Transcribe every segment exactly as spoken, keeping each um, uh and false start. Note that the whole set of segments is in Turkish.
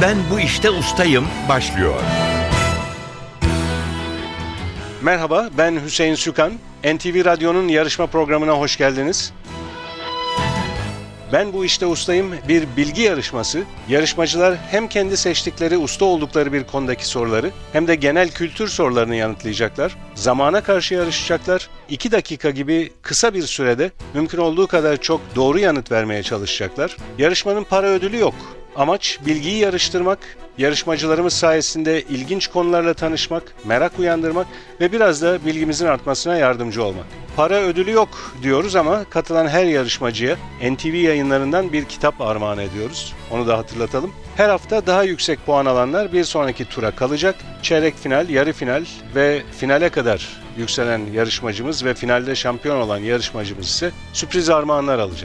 Ben bu işte ustayım başlıyor. Merhaba, ben Hüseyin Sükan. N T V Radyo'nun yarışma programına hoş geldiniz. Ben bu işte ustayım bir bilgi yarışması. Yarışmacılar hem kendi seçtikleri, usta oldukları bir konudaki soruları hem de genel kültür sorularını yanıtlayacaklar. Zamana karşı yarışacaklar. iki dakika gibi kısa bir sürede mümkün olduğu kadar çok doğru yanıt vermeye çalışacaklar. Yarışmanın para ödülü yok. Amaç bilgiyi yarıştırmak, yarışmacılarımız sayesinde ilginç konularla tanışmak, merak uyandırmak ve biraz da bilgimizin artmasına yardımcı olmak. Para ödülü yok diyoruz ama katılan her yarışmacıya N T V yayınlarından bir kitap armağan ediyoruz. Onu da hatırlatalım. Her hafta daha yüksek puan alanlar bir sonraki tura kalacak. Çeyrek final, yarı final ve finale kadar yükselen yarışmacımız ve finalde şampiyon olan yarışmacımız ise sürpriz armağanlar alacak.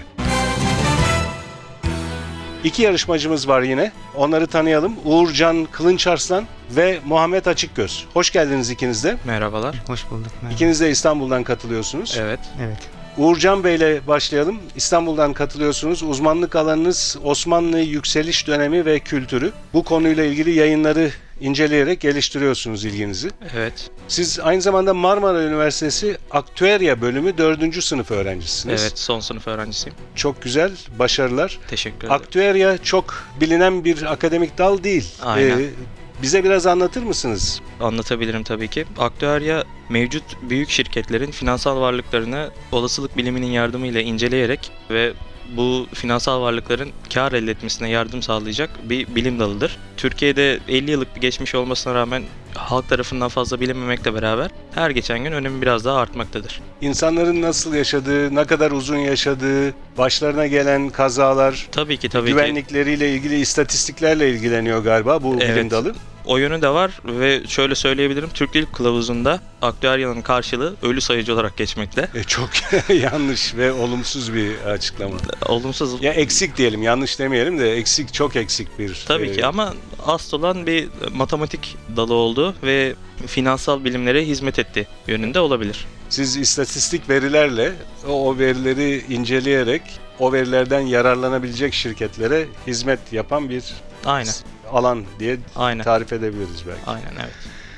İki yarışmacımız var yine. Onları tanıyalım. Uğurcan Kılınçarslan ve Muhammed Açıkgöz. Hoş geldiniz ikiniz de. Merhabalar. Hoş bulduk. Merhaba. İkiniz de İstanbul'dan katılıyorsunuz. Evet. Evet. Uğurcan Bey'le başlayalım. İstanbul'dan katılıyorsunuz. Uzmanlık alanınız Osmanlı yükseliş dönemi ve kültürü. Bu konuyla ilgili yayınları inceleyerek geliştiriyorsunuz ilginizi. Evet. Siz aynı zamanda Marmara Üniversitesi Aktüerya bölümü dördüncü sınıf öğrencisiniz. Evet, son sınıf öğrencisiyim. Çok güzel, başarılar. Teşekkür ederim. Aktüerya çok bilinen bir akademik dal değil. Aynen. Ee, bize biraz anlatır mısınız? Anlatabilirim tabii ki. Aktüerya, mevcut büyük şirketlerin finansal varlıklarını olasılık biliminin yardımıyla inceleyerek ve bu finansal varlıkların kar elde etmesine yardım sağlayacak bir bilim dalıdır. Türkiye'de elli yıllık bir geçmiş olmasına rağmen halk tarafından fazla bilinmemekle beraber her geçen gün önemi biraz daha artmaktadır. İnsanların nasıl yaşadığı, ne kadar uzun yaşadığı, başlarına gelen kazalar, Tabii ki tabii ki. güvenlikleriyle ilgili istatistiklerle ilgileniyor galiba bu Evet. bilim dalı. O yönü de var ve şöyle söyleyebilirim. Türk Dil Kılavuzu'nda aktüeryanın karşılığı ölü sayıcı olarak geçmekte. E, çok yanlış ve olumsuz bir açıklama. Olumsuz. Ya eksik diyelim, yanlış demeyelim de eksik, çok eksik bir. Tabii e, ki ama asıl olan bir matematik dalı oldu ve finansal bilimlere hizmet etti yönünde olabilir. Siz istatistik verilerle o, o verileri inceleyerek o verilerden yararlanabilecek şirketlere hizmet yapan bir Aynen. alan diye Aynen. tarif edebiliriz belki. Aynen evet.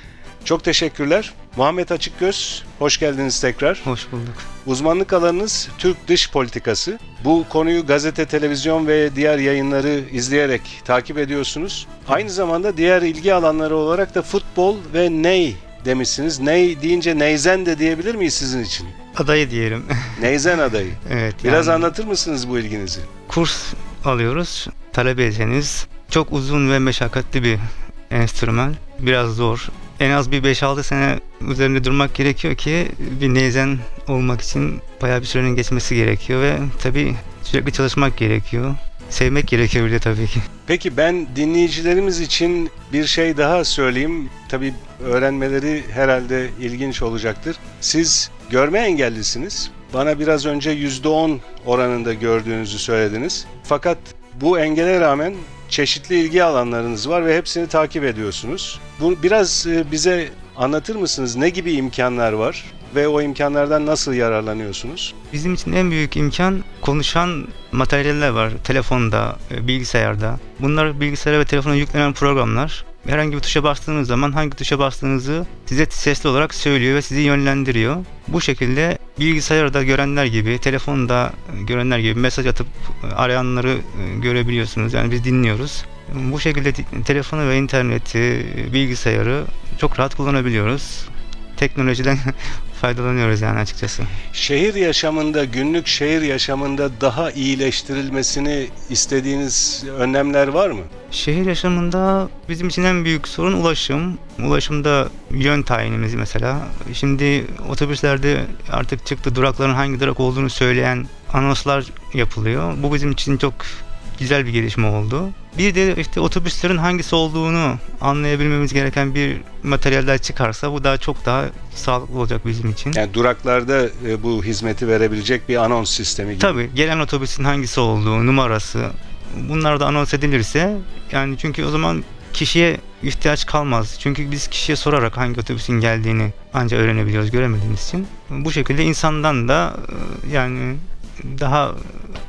Çok teşekkürler. Muhammed Açıkgöz, hoş geldiniz tekrar. Hoş bulduk. Uzmanlık alanınız Türk dış politikası. Bu konuyu gazete, televizyon ve diğer yayınları izleyerek takip ediyorsunuz. Aynı zamanda diğer ilgi alanları olarak da futbol ve ney demişsiniz. Ney deyince neyzen de diyebilir miyiz sizin için? Adayı diyelim. Neyzen adayı. Evet. Biraz yani anlatır mısınız bu ilginizi? Kurs alıyoruz. Talebeyseniz çok uzun ve meşakkatli bir enstrüman. Biraz zor. En az bir beş altı sene üzerinde durmak gerekiyor ki bir neyzen olmak için bayağı bir sürenin geçmesi gerekiyor ve tabii sürekli çalışmak gerekiyor. Sevmek gerekiyor bir de tabii ki. Peki ben dinleyicilerimiz için bir şey daha söyleyeyim. Tabii öğrenmeleri herhalde ilginç olacaktır. Siz görme engellisiniz. Bana biraz önce yüzde on oranında gördüğünüzü söylediniz. Fakat bu engele rağmen çeşitli ilgi alanlarınız var ve hepsini takip ediyorsunuz. Bu biraz bize anlatır mısınız? Ne gibi imkanlar var ve o imkanlardan nasıl yararlanıyorsunuz? Bizim için en büyük imkan konuşan materyaller var. Telefonda, bilgisayarda. Bunlar bilgisayara ve telefona yüklenen programlar. Herhangi bir tuşa bastığınız zaman hangi tuşa bastığınızı size sesli olarak söylüyor ve sizi yönlendiriyor. Bu şekilde bilgisayarda görenler gibi, telefonda görenler gibi mesaj atıp arayanları görebiliyorsunuz. Yani biz dinliyoruz. Bu şekilde telefonu ve interneti, bilgisayarı çok rahat kullanabiliyoruz. Teknolojiden faydalanıyoruz yani açıkçası. Şehir yaşamında, günlük şehir yaşamında daha iyileştirilmesini istediğiniz önlemler var mı? Şehir yaşamında bizim için en büyük sorun ulaşım. Ulaşımda yön tayinimiz mesela. Şimdi otobüslerde artık çıktı, durakların hangi durak olduğunu söyleyen anonslar yapılıyor. Bu bizim için çok güzel bir gelişme oldu. Bir de işte otobüslerin hangisi olduğunu anlayabilmemiz gereken bir materyaller çıkarsa bu daha çok daha sağlıklı olacak bizim için. Yani duraklarda e, bu hizmeti verebilecek bir anons sistemi gibi. Tabii gelen otobüsün hangisi olduğu, numarası bunlar da anons edilirse yani çünkü o zaman kişiye ihtiyaç kalmaz. Çünkü biz kişiye sorarak hangi otobüsün geldiğini ancak öğrenebiliyoruz göremediğimiz için. Bu şekilde insandan da yani daha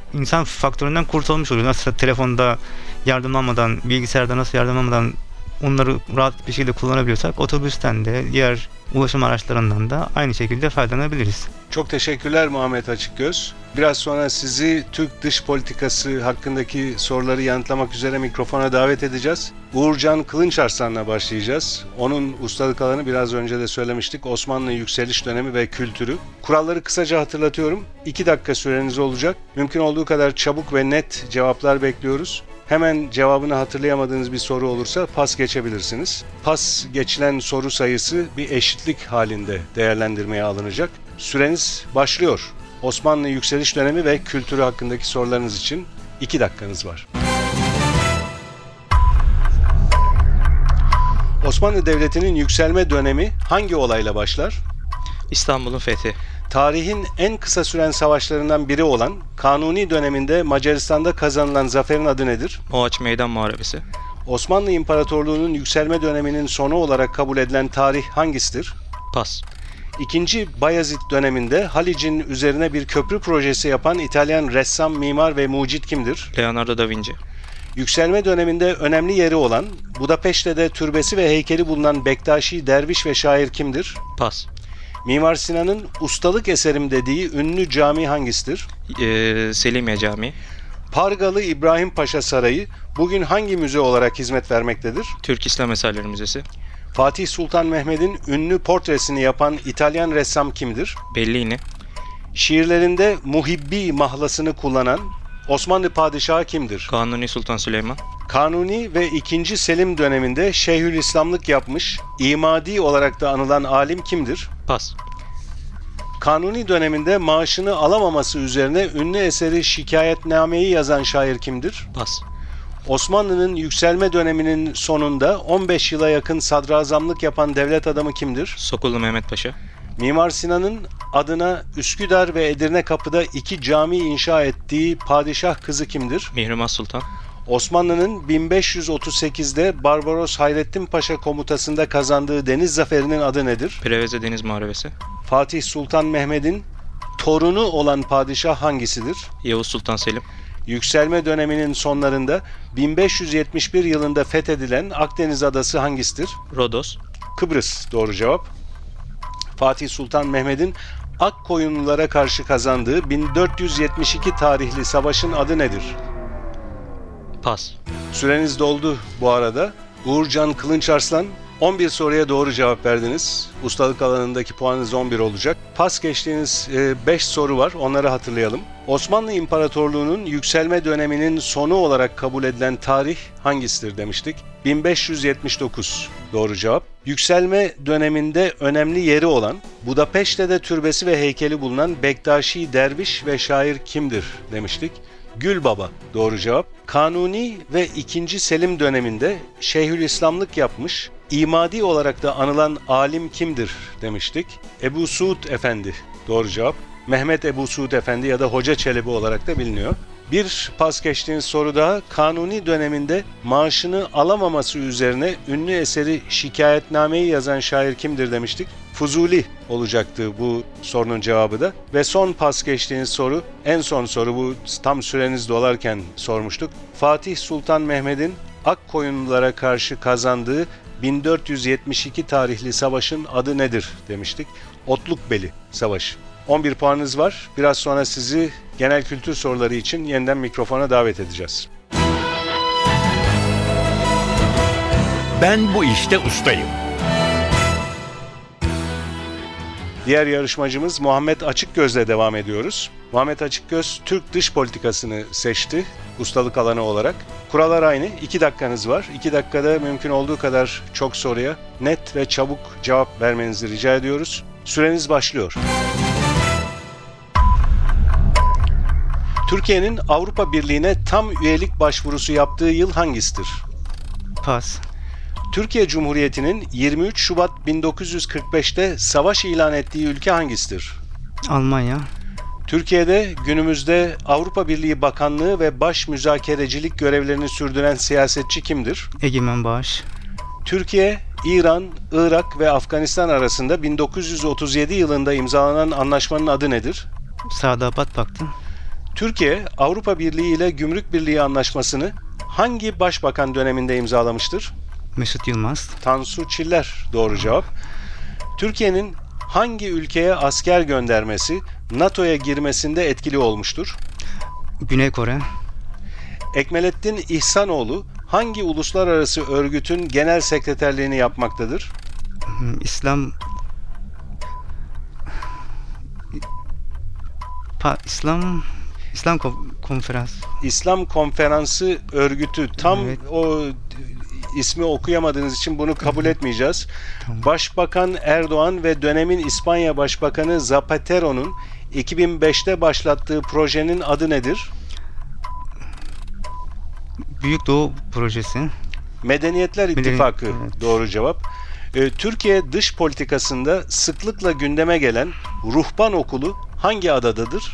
insan faktöründen kurtulmuş oluyor. Nasıl telefonda yardım almadan, bilgisayarda nasıl yardım almadan onları rahat bir şekilde kullanabiliyorsak otobüsten de diğer ulaşım araçlarından da aynı şekilde faydalanabiliriz. Çok teşekkürler Muhammed Açıkgöz. Biraz sonra sizi Türk dış politikası hakkındaki soruları yanıtlamak üzere mikrofona davet edeceğiz. Uğurcan Kılınçarslan'la başlayacağız. Onun ustalık alanı biraz önce de söylemiştik. Osmanlı yükseliş dönemi ve kültürü. Kuralları kısaca hatırlatıyorum. iki dakika süreniz olacak. Mümkün olduğu kadar çabuk ve net cevaplar bekliyoruz. Hemen cevabını hatırlayamadığınız bir soru olursa pas geçebilirsiniz. Pas geçilen soru sayısı bir eşitlik halinde değerlendirmeye alınacak. Süreniz başlıyor. Osmanlı yükseliş dönemi ve kültürü hakkındaki sorularınız için iki dakikanız var. Osmanlı Devleti'nin yükselme dönemi hangi olayla başlar? İstanbul'un fethi. Tarihin en kısa süren savaşlarından biri olan Kanuni döneminde Macaristan'da kazanılan zaferin adı nedir? Mohaç Meydan Muharebesi. Osmanlı İmparatorluğu'nun yükselme döneminin sonu olarak kabul edilen tarih hangisidir? Pas. İkinci Bayezid döneminde Halic'in üzerine bir köprü projesi yapan İtalyan ressam, mimar ve mucit kimdir? Leonardo da Vinci. Yükselme döneminde önemli yeri olan, Budapeşte'de türbesi ve heykeli bulunan Bektaşi derviş ve şair kimdir? Pas. Mimar Sinan'ın ustalık eserim dediği ünlü cami hangisidir? Ee, Selimiye Camii. Pargalı İbrahim Paşa Sarayı bugün hangi müze olarak hizmet vermektedir? Türk İslam Eserleri Müzesi. Fatih Sultan Mehmet'in ünlü portresini yapan İtalyan ressam kimdir? Bellini. Şiirlerinde muhibbi mahlasını kullanan Osmanlı padişahı kimdir? Kanuni Sultan Süleyman. Kanuni ve ikinci. Selim döneminde Şeyhülislamlık yapmış, imadi olarak da anılan alim kimdir? Pas. Kanuni döneminde maaşını alamaması üzerine ünlü eseri Şikayetname'yi yazan şair kimdir? Pas. Osmanlı'nın yükselme döneminin sonunda on beş yıla yakın sadrazamlık yapan devlet adamı kimdir? Sokullu Mehmet Paşa. Mimar Sinan'ın adına Üsküdar ve Edirne Kapı'da iki cami inşa ettiği padişah kızı kimdir? Mihrimah Sultan. Osmanlı'nın bin beş yüz otuz sekizde Barbaros Hayrettin Paşa komutasında kazandığı deniz zaferinin adı nedir? Preveze Deniz Muharebesi. Fatih Sultan Mehmet'in torunu olan padişah hangisidir? Yavuz Sultan Selim. Yükselme döneminin sonlarında bin beş yüz yetmiş bir yılında fethedilen Akdeniz adası hangisidir? Rodos. Kıbrıs doğru cevap. Fatih Sultan Mehmet'in Akkoyunlulara karşı kazandığı bin dört yüz yetmiş iki tarihli savaşın adı nedir? Pas. Süreniz doldu bu arada. Uğurcan Kılınçarslan, on bir soruya doğru cevap verdiniz. Ustalık alanındaki puanınız on bir olacak. Pas geçtiğiniz beş soru var, onları hatırlayalım. Osmanlı İmparatorluğu'nun yükselme döneminin sonu olarak kabul edilen tarih hangisidir demiştik? bin beş yüz yetmiş dokuz doğru cevap. Yükselme döneminde önemli yeri olan, Budapeşte'de türbesi ve heykeli bulunan Bektaşi derviş ve şair kimdir demiştik? Gülbaba doğru cevap. Kanuni ve ikinci. Selim döneminde Şeyhülislamlık yapmış, imadi olarak da anılan alim kimdir demiştik? Ebu Suud Efendi doğru cevap. Mehmet Ebu Suud Efendi ya da Hoca Çelebi olarak da biliniyor. Bir pas geçtiğiniz soru daha. Kanuni döneminde maaşını alamaması üzerine ünlü eseri Şikayetname'yi yazan şair kimdir demiştik? Fuzuli olacaktı bu sorunun cevabı da. Ve son pas geçtiğiniz soru, en son soru, bu tam süreniz dolarken sormuştuk. Fatih Sultan Mehmet'in Akkoyunlulara karşı kazandığı bin dört yüz yetmiş iki tarihli savaşın adı nedir demiştik? Otlukbeli Savaşı. on bir puanınız var. Biraz sonra sizi genel kültür soruları için yeniden mikrofona davet edeceğiz. Ben bu işte ustayım. Diğer yarışmacımız Muhammed Açıkgöz'le devam ediyoruz. Muhammed Açıkgöz Türk dış politikasını seçti ustalık alanı olarak. Kurallar aynı. iki dakikanız var. iki dakikada mümkün olduğu kadar çok soruya net ve çabuk cevap vermenizi rica ediyoruz. Süreniz başlıyor. Türkiye'nin Avrupa Birliği'ne tam üyelik başvurusu yaptığı yıl hangisidir? Pas. Türkiye Cumhuriyeti'nin yirmi üç Şubat bin dokuz yüz kırk beşte savaş ilan ettiği ülke hangisidir? Almanya. Türkiye'de günümüzde Avrupa Birliği Bakanlığı ve baş müzakerecilik görevlerini sürdüren siyasetçi kimdir? Egemen Bağış. Türkiye, İran, Irak ve Afganistan arasında bin dokuz yüz otuz yedi yılında imzalanan anlaşmanın adı nedir? Sadabat Paktı. Türkiye, Avrupa Birliği ile Gümrük Birliği Anlaşması'nı hangi başbakan döneminde imzalamıştır? Mesut Yılmaz. Tansu Çiller doğru cevap. Türkiye'nin hangi ülkeye asker göndermesi NATO'ya girmesinde etkili olmuştur? Güney Kore. Ekmelettin İhsanoğlu hangi uluslararası örgütün genel sekreterliğini yapmaktadır? Hmm, İslam pa, İslam İslam Ko- Konferans. İslam Konferansı örgütü. Tam Evet. o ismi okuyamadığınız için bunu kabul etmeyeceğiz. Tamam. Başbakan Erdoğan ve dönemin İspanya Başbakanı Zapatero'nun iki bin beşte başlattığı projenin adı nedir? Büyük Doğu Projesi. Medeniyetler Medeni- İttifakı evet. doğru cevap. Ee, Türkiye dış politikasında sıklıkla gündeme gelen Ruhban Okulu hangi adadadır?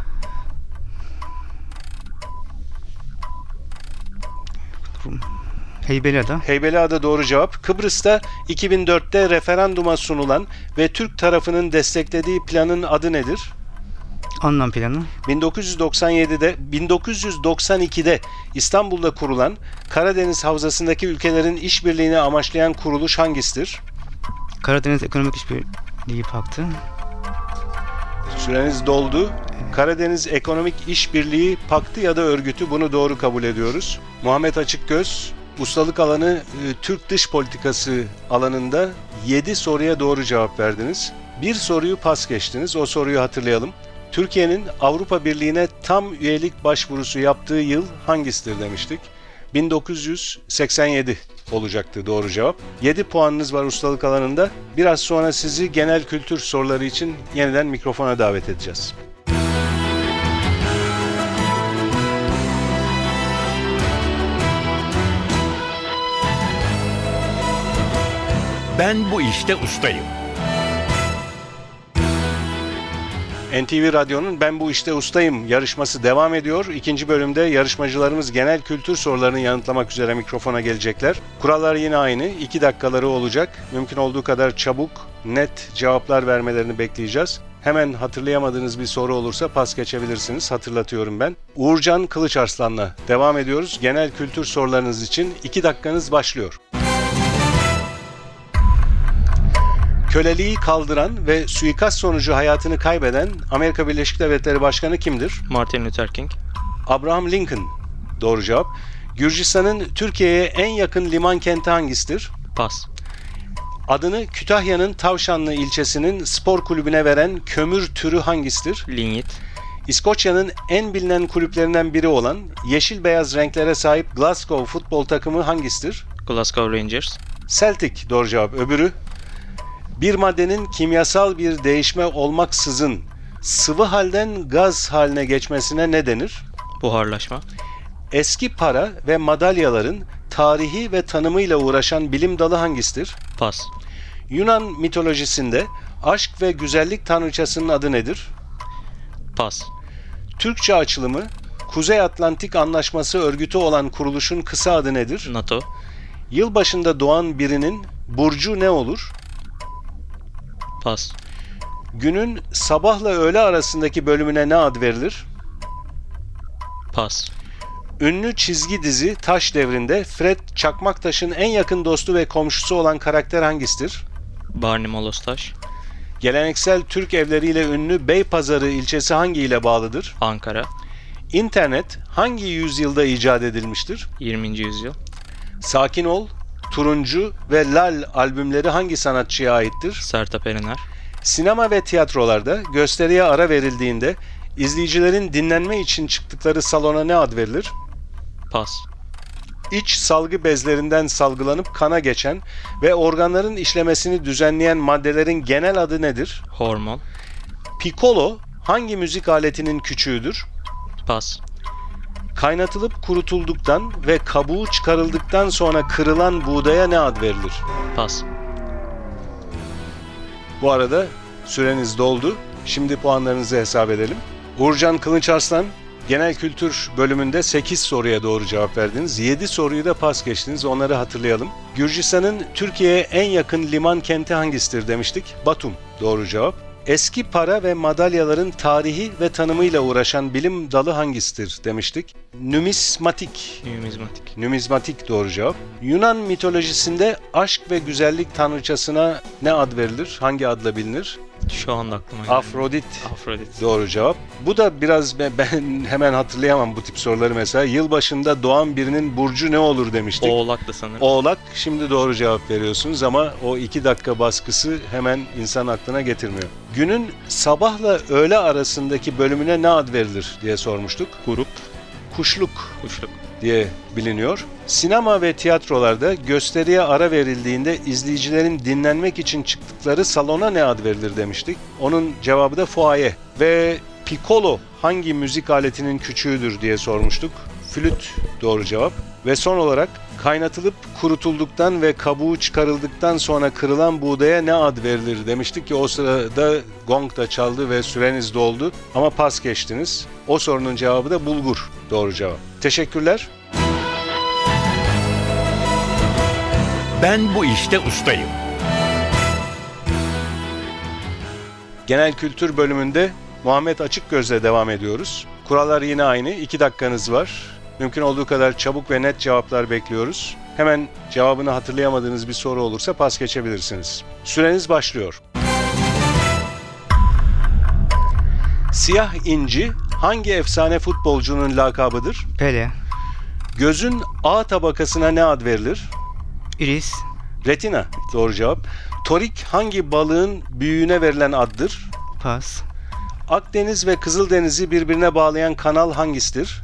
Heybeliada. Heybeliada doğru cevap. Kıbrıs'ta iki bin dörtte referanduma sunulan ve Türk tarafının desteklediği planın adı nedir? Anlam planı. bin dokuz yüz doksan yedide bin dokuz yüz doksan ikide İstanbul'da kurulan Karadeniz Havzası'ndaki ülkelerin işbirliğini amaçlayan kuruluş hangisidir? Karadeniz Ekonomik İşbirliği Paktı. Süreniz doldu. Karadeniz Ekonomik İşbirliği Paktı ya da örgütü, bunu doğru kabul ediyoruz. Muhammed Açıkgöz, ustalık alanı e, Türk dış politikası alanında yedi soruya doğru cevap verdiniz. Bir soruyu pas geçtiniz. O soruyu hatırlayalım. Türkiye'nin Avrupa Birliği'ne tam üyelik başvurusu yaptığı yıl hangisidir demiştik? bin dokuz yüz seksen yedi olacaktı doğru cevap. yedi puanınız var ustalık alanında. Biraz sonra sizi genel kültür soruları için yeniden mikrofona davet edeceğiz. Ben bu işte ustayım. N T V Radyo'nun Ben Bu İşte Ustayım yarışması devam ediyor. İkinci bölümde yarışmacılarımız genel kültür sorularını yanıtlamak üzere mikrofona gelecekler. Kurallar yine aynı. iki dakikaları olacak. Mümkün olduğu kadar çabuk, net cevaplar vermelerini bekleyeceğiz. Hemen hatırlayamadığınız bir soru olursa pas geçebilirsiniz. Hatırlatıyorum ben. Uğurcan Kılıçarslan'la devam ediyoruz. Genel kültür sorularınız için iki dakikanız başlıyor. Köleliği kaldıran ve suikast sonucu hayatını kaybeden Amerika Birleşik Devletleri Başkanı kimdir? Martin Luther King. Abraham Lincoln. Doğru cevap. Gürcistan'ın Türkiye'ye en yakın liman kenti hangisidir? Pas. Adını Kütahya'nın Tavşanlı ilçesinin spor kulübüne veren kömür türü hangisidir? Lignit. İskoçya'nın en bilinen kulüplerinden biri olan yeşil beyaz renklere sahip Glasgow futbol takımı hangisidir? Glasgow Rangers. Celtic doğru cevap. Öbürü. Bir maddenin kimyasal bir değişme olmaksızın sıvı halden gaz haline geçmesine ne denir? Buharlaşma. Eski para ve madalyaların tarihi ve tanımıyla uğraşan bilim dalı hangisidir? Pas. Yunan mitolojisinde aşk ve güzellik tanrıçasının adı nedir? Pas. Türkçe açılımı Kuzey Atlantik Anlaşması örgütü olan kuruluşun kısa adı nedir? NATO. Yılbaşında doğan birinin burcu ne olur? Pas. Günün sabahla öğle arasındaki bölümüne ne ad verilir? Pas. Ünlü çizgi dizi Taş Devri'nde Fred Çakmaktaş'ın en yakın dostu ve komşusu olan karakter hangisidir? Barney Molostaş. Geleneksel Türk evleriyle ünlü Beypazarı ilçesi hangi ile bağlıdır? Ankara. İnternet hangi yüzyılda icat edilmiştir? yirminci yüzyıl. Sakin Ol, Turuncu ve Lal albümleri hangi sanatçıya aittir? Sertab Erener. Sinema ve tiyatrolarda gösteriye ara verildiğinde izleyicilerin dinlenme için çıktıkları salona ne ad verilir? Pas. İç salgı bezlerinden salgılanıp kana geçen ve organların işlemesini düzenleyen maddelerin genel adı nedir? Hormon. Piccolo hangi müzik aletinin küçüğüdür? Pas. Kaynatılıp kurutulduktan ve kabuğu çıkarıldıktan sonra kırılan buğdaya ne ad verilir? Pas. Bu arada süreniz doldu. Şimdi puanlarınızı hesap edelim. Uğurcan Kılıçarslan, genel kültür bölümünde sekiz soruya doğru cevap verdiniz. yedi soruyu da pas geçtiniz. Onları hatırlayalım. Gürcistan'ın Türkiye'ye en yakın liman kenti hangisidir demiştik? Batum. Doğru cevap. Eski para ve madalyaların tarihi ve tanımıyla uğraşan bilim dalı hangisidir demiştik. Numizmatik. Numizmatik. Numizmatik doğru cevap. Yunan mitolojisinde aşk ve güzellik tanrıçasına ne ad verilir? Hangi adla bilinir? Şu anda aklıma geldi. Afrodit. Afrodit. Doğru cevap. Bu da biraz ben, ben hemen hatırlayamam bu tip soruları mesela. Yılbaşında doğan birinin burcu ne olur demiştik. Oğlak da sanırım. Oğlak. Şimdi doğru cevap veriyorsunuz ama o iki dakika baskısı hemen insan aklına getirmiyor. Günün sabahla öğle arasındaki bölümüne ne ad verilir diye sormuştuk. Grup. Kuşluk Kuşluk. diye biliniyor. Sinema ve tiyatrolarda gösteriye ara verildiğinde izleyicilerin dinlenmek için çıktıkları salona ne ad verilir demiştik. Onun cevabı da foaye. Ve piccolo hangi müzik aletinin küçüğüdür diye sormuştuk. Flüt doğru cevap. Ve son olarak kaynatılıp kurutulduktan ve kabuğu çıkarıldıktan sonra kırılan buğdaya ne ad verilir demiştik ki o sırada gong da çaldı ve süreniz doldu ama pas geçtiniz. O sorunun cevabı da bulgur doğru cevap. Teşekkürler. Ben bu işte ustayım. Genel kültür bölümünde Muhammed Açıkgöz'le devam ediyoruz. Kurallar yine aynı. iki dakikanız var. Mümkün olduğu kadar çabuk ve net cevaplar bekliyoruz. Hemen cevabını hatırlayamadığınız bir soru olursa pas geçebilirsiniz. Süreniz başlıyor. Siyah inci hangi efsane futbolcunun lakabıdır? Pele, Gözün A tabakasına ne ad verilir? iris, Retina. Doğru cevap. Torik hangi balığın büyüğüne verilen addır? pas, Akdeniz ve Kızıldeniz'i birbirine bağlayan kanal hangisidir?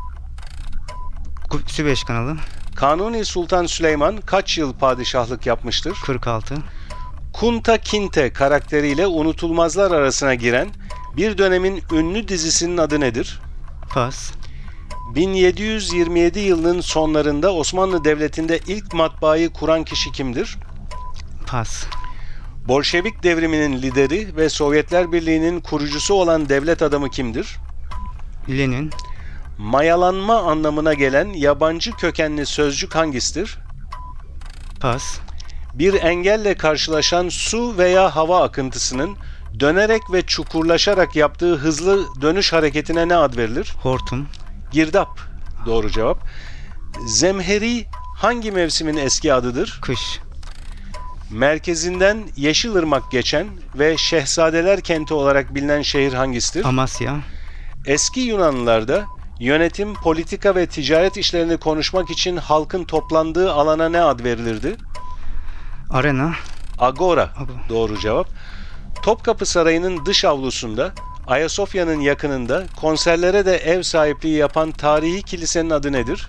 Ku- Süveyş kanalı, Kanuni Sultan Süleyman kaç yıl padişahlık yapmıştır? kırk altı, Kunta Kinte karakteriyle unutulmazlar arasına giren bir dönemin ünlü dizisinin adı nedir? pas, bin yedi yüz yirmi yedi yılının sonlarında Osmanlı Devleti'nde ilk matbaayı kuran kişi kimdir? pas, Bolşevik devriminin lideri ve Sovyetler Birliği'nin kurucusu olan devlet adamı kimdir? Lenin, Mayalanma anlamına gelen yabancı kökenli sözcük hangisidir? pas, Bir engelle karşılaşan su veya hava akıntısının dönerek ve çukurlaşarak yaptığı hızlı dönüş hareketine ne ad verilir? hortum, Girdap. Doğru cevap. Zemheri hangi mevsimin eski adıdır? kış, Merkezinden Yeşilırmak geçen ve Şehzadeler kenti olarak bilinen şehir hangisidir? Amasya, Eski Yunanlılarda yönetim, politika ve ticaret işlerini konuşmak için halkın toplandığı alana ne ad verilirdi? arena, Agora. Agora. Doğru cevap. Topkapı Sarayı'nın dış avlusunda Ayasofya'nın yakınında konserlere de ev sahipliği yapan tarihi kilisenin adı nedir?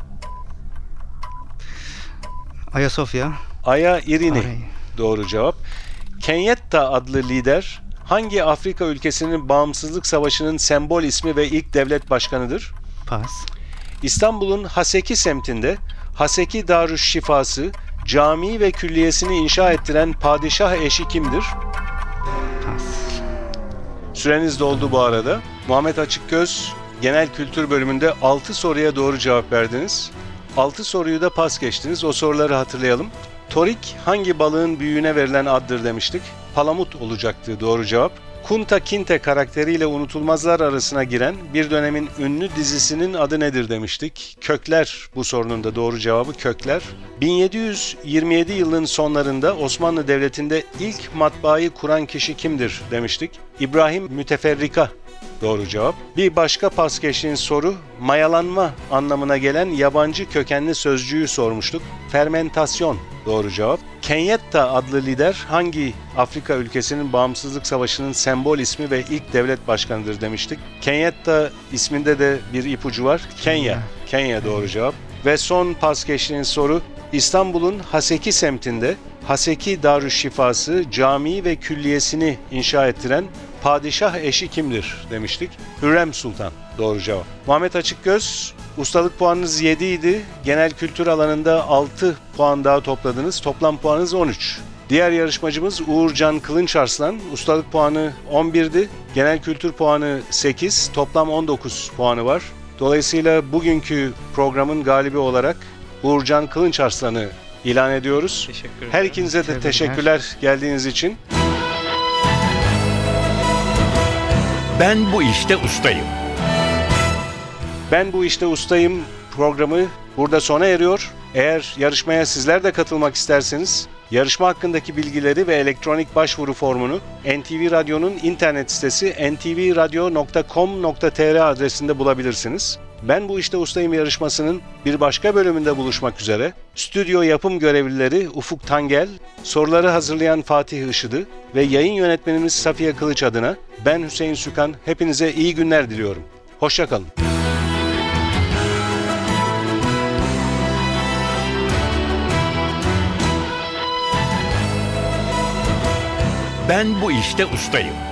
Ayasofya, Aya Irini. Aray. Doğru cevap. Kenyatta adlı lider hangi Afrika ülkesinin bağımsızlık savaşının sembol ismi ve ilk devlet başkanıdır? pas, İstanbul'un Haseki semtinde Haseki Darüşşifası, camii ve külliyesini inşa ettiren padişah eşi kimdir? pas, Süreniz doldu bu arada. Muhammed Açıkgöz genel kültür bölümünde altı soruya doğru cevap verdiniz. altı soruyu da pas geçtiniz. O soruları hatırlayalım. Torik hangi balığın büyüğüne verilen addır demiştik. Palamut olacaktı doğru cevap. Kunta Kinte karakteriyle unutulmazlar arasına giren bir dönemin ünlü dizisinin adı nedir demiştik. Kökler bu sorunun da doğru cevabı Kökler. bin yedi yüz yirmi yedi yılının sonlarında Osmanlı Devleti'nde ilk matbaayı kuran kişi kimdir demiştik. İbrahim Müteferrika doğru cevap. Bir başka pas geçtiğiniz soru mayalanma anlamına gelen yabancı kökenli sözcüğü sormuştuk. Fermentasyon doğru cevap. Kenyatta adlı lider hangi Afrika ülkesinin bağımsızlık savaşının sembol ismi ve ilk devlet başkanıdır demiştik. Kenyatta isminde de bir ipucu var. Kenya. Kenya doğru cevap. Ve son pas geçtiğiniz soru İstanbul'un Haseki semtinde Haseki Darüşşifası, camii ve külliyesini inşa ettiren padişah eşi kimdir demiştik. Hürrem Sultan. Doğru cevap. Muhammed Açıkgöz, ustalık puanınız yedi idi. Genel kültür alanında altı puan daha topladınız. Toplam puanınız on üç. Diğer yarışmacımız Uğurcan Kılınçarslan. Ustalık puanı on birdi. Genel kültür puanı sekiz. Toplam on dokuz puanı var. Dolayısıyla bugünkü programın galibi olarak Uğurcan Kılınçarslan'ı ilan ediyoruz. Teşekkür ederim. Her ikinize de Tebrikler. teşekkürler geldiğiniz için. Ben bu işte ustayım. Ben bu işte ustayım programı burada sona eriyor. Eğer yarışmaya sizler de katılmak isterseniz yarışma hakkındaki bilgileri ve elektronik başvuru formunu N T V Radyo'nun internet sitesi en ti vi radyo nokta com nokta t r adresinde bulabilirsiniz. Ben bu işte ustayım yarışmasının bir başka bölümünde buluşmak üzere. Stüdyo yapım görevlileri Ufuk Tangel, soruları hazırlayan Fatih Işıdı ve yayın yönetmenimiz Safiye Kılıç adına ben Hüseyin Sükan hepinize iyi günler diliyorum. Hoşça kalın. Ben bu işte ustayım.